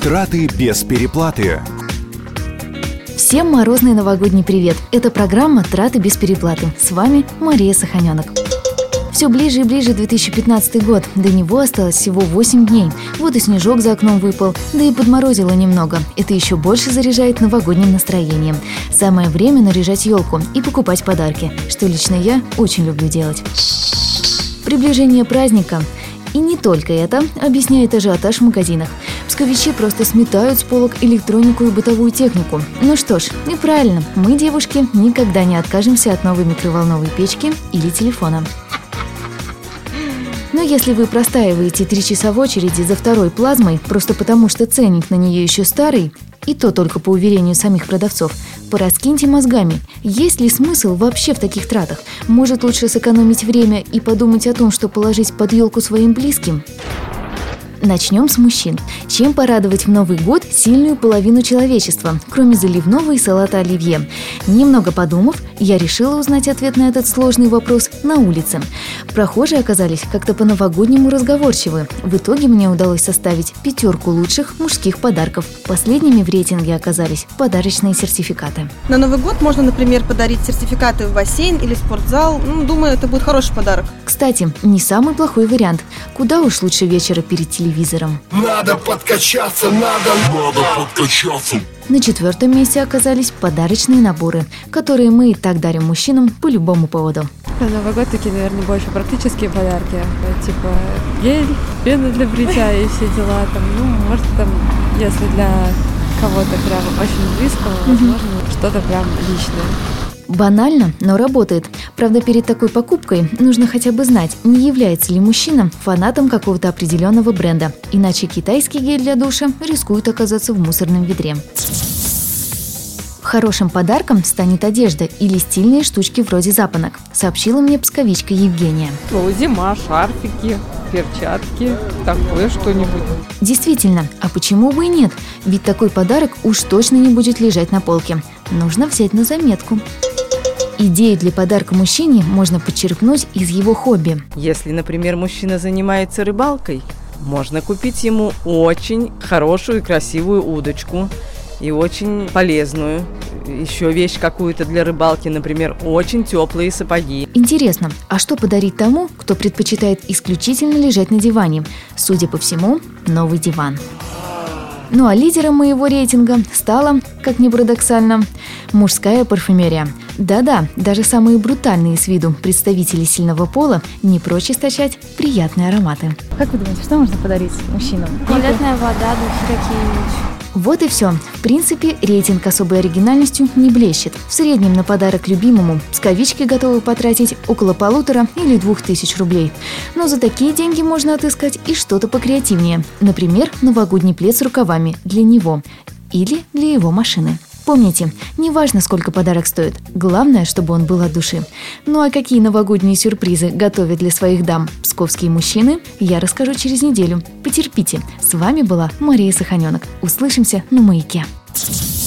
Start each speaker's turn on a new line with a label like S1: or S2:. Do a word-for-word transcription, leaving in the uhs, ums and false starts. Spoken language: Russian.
S1: Траты без переплаты.
S2: Всем морозный новогодний привет! Это программа «Траты без переплаты». С вами Мария Саханенок. Все ближе и ближе две тысячи пятнадцатый год. До него осталось всего восемь дней. Вот и снежок за окном выпал, да и подморозило немного. Это еще больше заряжает новогодним настроением. Самое время наряжать елку и покупать подарки, что лично я очень люблю делать. Приближение праздника. И не только это объясняет ажиотаж в магазинах. Псковичи просто сметают с полок электронику и бытовую технику. Ну что ж, и правильно, мы, девушки, никогда не откажемся от новой микроволновой печки или телефона. Но если вы простаиваете три часа в очереди за второй плазмой, просто потому что ценник на нее еще старый, и то только по уверению самих продавцов, пораскиньте мозгами, есть ли смысл вообще в таких тратах? Может, лучше сэкономить время и подумать о том, что положить под елку своим близким? Начнем с мужчин. Чем порадовать в Новый год сильную половину человечества, кроме заливного и салата оливье? Немного подумав, я решила узнать ответ на этот сложный вопрос на улице. Прохожие оказались как-то по-новогоднему разговорчивы. В итоге мне удалось составить пятерку лучших мужских подарков. Последними в рейтинге оказались подарочные сертификаты.
S3: На Новый год можно, например, подарить сертификаты в бассейн или спортзал. Ну, думаю, это будет хороший подарок.
S2: Кстати, не самый плохой вариант. Куда уж лучше вечера перед телевизором.
S4: Надо подкачаться, надо, надо подкачаться.
S2: На четвертом месте оказались подарочные наборы, которые мы и так дарим мужчинам по любому поводу.
S5: На Новый год такие, наверное, больше практические подарки. Типа гель, пена для бритья и все дела. Там, ну, может, там, если для кого-то прям очень близкого, возможно, mm-hmm. что-то прям личное.
S2: Банально, но работает. Правда, перед такой покупкой нужно хотя бы знать, не является ли мужчина фанатом какого-то определенного бренда. Иначе китайский гель для душа рискует оказаться в мусорном ведре. Хорошим подарком станет одежда или стильные штучки вроде запонок, сообщила мне псковичка Евгения.
S6: Ну, зима, шарфики, перчатки, такое что-нибудь.
S2: Действительно, а почему бы и нет? Ведь такой подарок уж точно не будет лежать на полке. Нужно взять на заметку. Идею для подарка мужчине можно подчеркнуть из его хобби.
S7: Если, например, мужчина занимается рыбалкой, можно купить ему очень хорошую и красивую удочку и очень полезную еще вещь какую-то для рыбалки, например, очень теплые сапоги.
S2: Интересно, а что подарить тому, кто предпочитает исключительно лежать на диване? Судя по всему, новый диван. Ну а лидером моего рейтинга стала, как ни парадоксально, мужская парфюмерия. Да-да, даже самые брутальные с виду представители сильного пола не прочь источать приятные ароматы.
S8: Как вы думаете, что можно подарить мужчинам?
S9: Туалетная вода, духи какие-нибудь.
S2: Вот и все. В принципе, рейтинг особой оригинальностью не блещет. В среднем на подарок любимому псковички готовы потратить около полутора или двух тысяч рублей. Но за такие деньги можно отыскать и что-то покреативнее. Например, новогодний плед с рукавами для него или для его машины. Помните, не важно, сколько подарок стоит, главное, чтобы он был от души. Ну а какие новогодние сюрпризы готовят для своих дам псковские мужчины, я расскажу через неделю. Потерпите. С вами была Мария Саханенок. Услышимся на «Маяке».